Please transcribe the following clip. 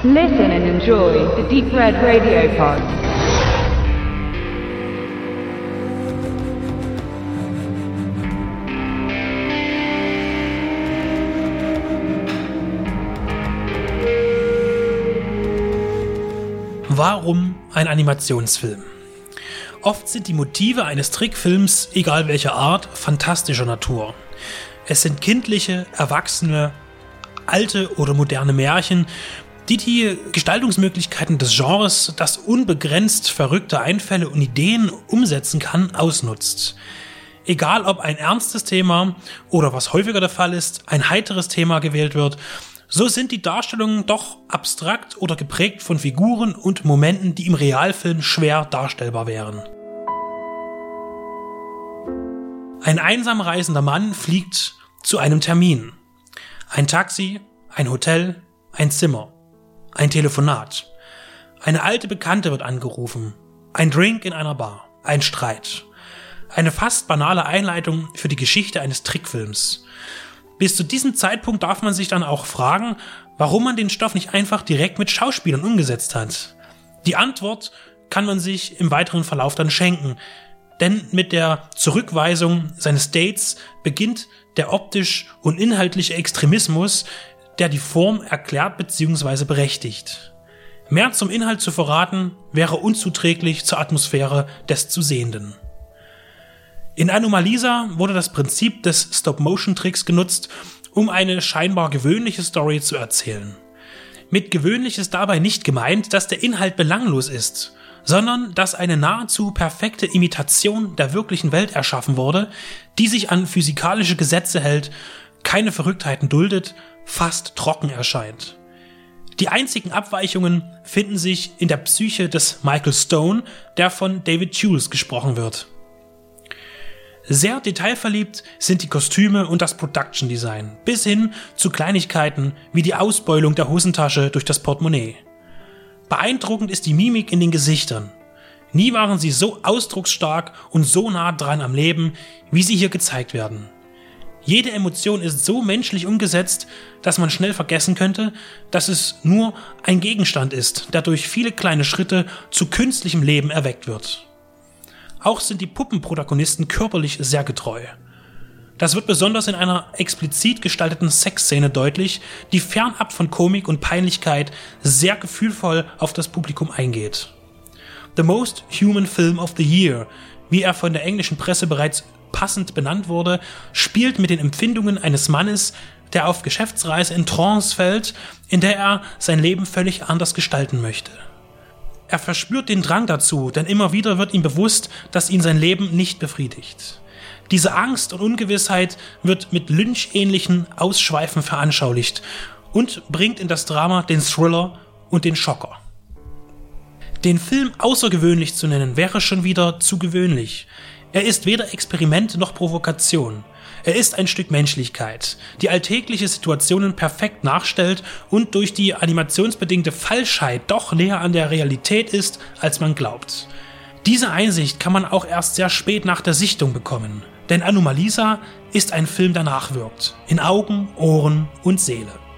Listen and enjoy the Deep Red Radio Pod. Warum ein Animationsfilm? Oft sind die Motive eines Trickfilms, egal welcher Art, fantastischer Natur. Es sind kindliche, erwachsene, alte oder moderne Märchen, die Gestaltungsmöglichkeiten des Genres, das unbegrenzt verrückte Einfälle und Ideen umsetzen kann, ausnutzt. Egal ob ein ernstes Thema oder, was häufiger der Fall ist, ein heiteres Thema gewählt wird, so sind die Darstellungen doch abstrakt oder geprägt von Figuren und Momenten, die im Realfilm schwer darstellbar wären. Ein einsam reisender Mann fliegt zu einem Termin. Ein Taxi, ein Hotel, ein Zimmer, ein Telefonat. Eine alte Bekannte wird angerufen. Ein Drink in einer Bar, ein Streit. Eine fast banale Einleitung für die Geschichte eines Trickfilms. Bis zu diesem Zeitpunkt darf man sich dann auch fragen, warum man den Stoff nicht einfach direkt mit Schauspielern umgesetzt hat. Die Antwort kann man sich im weiteren Verlauf dann schenken, denn mit der Zurückweisung seines Dates beginnt der optisch und inhaltliche Extremismus, der die Form erklärt bzw. berechtigt. Mehr zum Inhalt zu verraten, wäre unzuträglich zur Atmosphäre des zu Sehenden. In Anomalisa wurde das Prinzip des Stop-Motion-Tricks genutzt, um eine scheinbar gewöhnliche Story zu erzählen. Mit gewöhnlich ist dabei nicht gemeint, dass der Inhalt belanglos ist, sondern dass eine nahezu perfekte Imitation der wirklichen Welt erschaffen wurde, die sich an physikalische Gesetze hält, keine Verrücktheiten duldet, fast trocken erscheint. Die einzigen Abweichungen finden sich in der Psyche des Michael Stone, der von David Jules gesprochen wird. Sehr detailverliebt sind die Kostüme und das Production Design, bis hin zu Kleinigkeiten wie die Ausbeulung der Hosentasche durch das Portemonnaie. Beeindruckend ist die Mimik in den Gesichtern. Nie waren sie so ausdrucksstark und so nah dran am Leben, wie sie hier gezeigt werden. Jede Emotion ist so menschlich umgesetzt, dass man schnell vergessen könnte, dass es nur ein Gegenstand ist, der durch viele kleine Schritte zu künstlichem Leben erweckt wird. Auch sind die Puppenprotagonisten körperlich sehr getreu. Das wird besonders in einer explizit gestalteten Sexszene deutlich, die fernab von Komik und Peinlichkeit sehr gefühlvoll auf das Publikum eingeht. The Most Human Film of the Year, wie er von der englischen Presse bereits passend benannt wurde, spielt mit den Empfindungen eines Mannes, der auf Geschäftsreise in Trance fällt, in der er sein Leben völlig anders gestalten möchte. Er verspürt den Drang dazu, denn immer wieder wird ihm bewusst, dass ihn sein Leben nicht befriedigt. Diese Angst und Ungewissheit wird mit lynchähnlichen Ausschweifen veranschaulicht und bringt in das Drama den Thriller und den Schocker. Den Film außergewöhnlich zu nennen, wäre schon wieder zu gewöhnlich. Er ist weder Experiment noch Provokation. Er ist ein Stück Menschlichkeit, die alltägliche Situationen perfekt nachstellt und durch die animationsbedingte Falschheit doch näher an der Realität ist, als man glaubt. Diese Einsicht kann man auch erst sehr spät nach der Sichtung bekommen, denn Anomalisa ist ein Film, der nachwirkt, in Augen, Ohren und Seele.